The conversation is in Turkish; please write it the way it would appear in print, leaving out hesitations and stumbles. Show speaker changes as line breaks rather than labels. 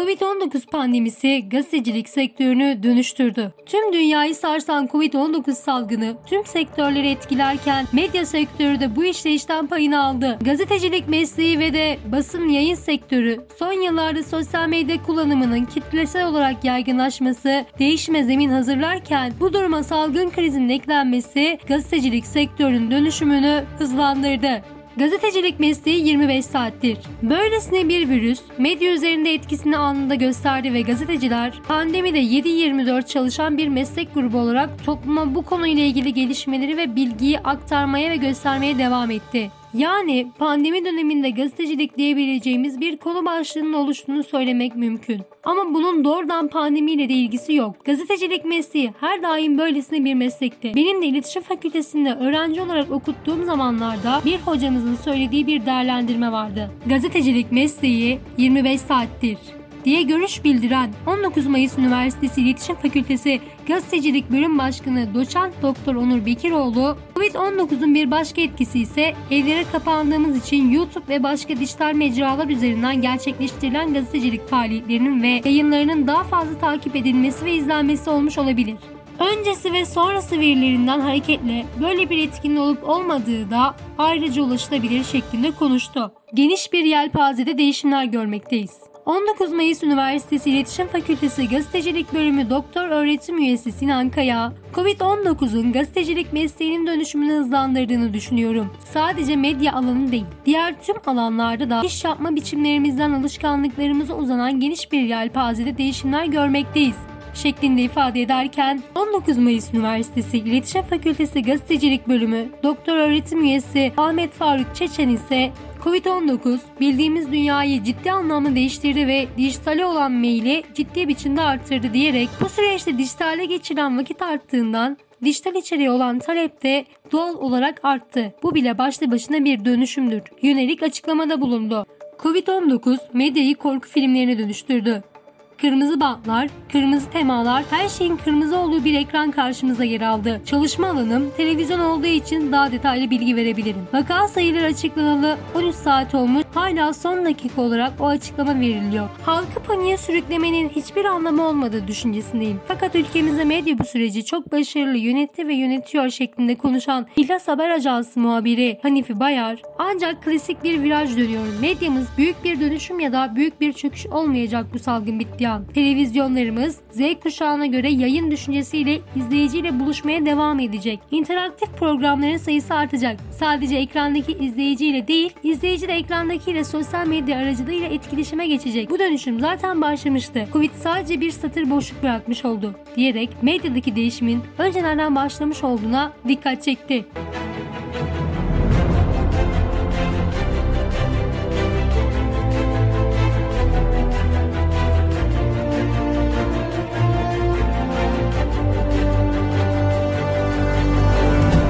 Covid-19 pandemisi gazetecilik sektörünü dönüştürdü. Tüm dünyayı sarsan Covid-19 salgını tüm sektörleri etkilerken medya sektörü de bu işleyişten payını aldı. Gazetecilik mesleği ve de basın yayın sektörü son yıllarda sosyal medya kullanımının kitlesel olarak yaygınlaşması değişime zemin hazırlarken bu duruma salgın krizinin eklenmesi gazetecilik sektörünün dönüşümünü hızlandırdı. Gazetecilik mesleği 25 saattir. Böylesine bir virüs medya üzerinde etkisini anında gösterdi ve gazeteciler pandemide 7/24 çalışan bir meslek grubu olarak topluma bu konuyla ilgili gelişmeleri ve bilgiyi aktarmaya ve göstermeye devam etti. Yani pandemi döneminde gazetecilik diyebileceğimiz bir konu başlığının oluştuğunu söylemek mümkün. Ama bunun doğrudan pandemiyle de ilgisi yok. Gazetecilik mesleği her daim böylesine bir meslekti. Benim de iletişim fakültesinde öğrenci olarak okuttuğum zamanlarda bir hocamızın söylediği bir değerlendirme vardı. Gazetecilik mesleği 25 saattir diye görüş bildiren 19 Mayıs Üniversitesi İletişim Fakültesi Gazetecilik Bölüm Başkanı Doçent Doktor Onur Bekiroğlu, Covid-19'un bir başka etkisi ise evlere kapandığımız için YouTube ve başka dijital mecralar üzerinden gerçekleştirilen gazetecilik faaliyetlerinin ve yayınlarının daha fazla takip edilmesi ve izlenmesi olmuş olabilir. Öncesi ve sonrası verilerinden hareketle böyle bir etkinin olup olmadığı da ayrıca ulaşılabilir şeklinde konuştu. Geniş bir yelpazede değişimler görmekteyiz. 19 Mayıs Üniversitesi İletişim Fakültesi Gazetecilik Bölümü Doktor Öğretim Üyesi Sinan Kaya, Covid-19'un gazetecilik mesleğinin dönüşümünü hızlandırdığını düşünüyorum. Sadece medya alanı değil, diğer tüm alanlarda da iş yapma biçimlerimizden alışkanlıklarımıza uzanan geniş bir yelpazede değişimler görmekteyiz şeklinde ifade ederken 19 Mayıs Üniversitesi İletişim Fakültesi Gazetecilik Bölümü Doktor Öğretim Üyesi Ahmet Faruk Çeçen ise Covid-19 bildiğimiz dünyayı ciddi anlamda değiştirdi ve dijitale olan meyli ciddi biçimde arttırdı diyerek bu süreçte dijitale geçiren vakit arttığından dijital içeriğe olan talep de doğal olarak arttı. Bu bile başlı başına bir dönüşümdür yönelik açıklamada bulundu. Covid-19 medyayı korku filmlerine dönüştürdü. Kırmızı bantlar, kırmızı temalar, her şeyin kırmızı olduğu bir ekran karşımıza yer aldı. Çalışma alanım televizyon olduğu için daha detaylı bilgi verebilirim. Vaka sayıları açıklanalı 13 saat olmuş, hala son dakika olarak o açıklama veriliyor. Halkı paniğe sürüklemenin hiçbir anlamı olmadığı düşüncesindeyim. Fakat ülkemizde medya bu süreci çok başarılı yönetti ve yönetiyor şeklinde konuşan İhlas Haber Ajansı muhabiri Hanifi Bayar, ancak klasik bir viraj dönüyor. Medyamız büyük bir dönüşüm ya da büyük bir çöküş olmayacak bu salgın bittiği an. Televizyonlarımız Z kuşağına göre yayın düşüncesiyle izleyiciyle buluşmaya devam edecek. İnteraktif programların sayısı artacak. Sadece ekrandaki izleyiciyle değil, izleyici de ekrandakiyle sosyal medya aracılığıyla etkileşime geçecek. Bu dönüşüm zaten başlamıştı. Covid sadece bir satır boşluk bırakmış oldu diyerek medyadaki değişimin önce nereden başlamış olduğuna dikkat çekti.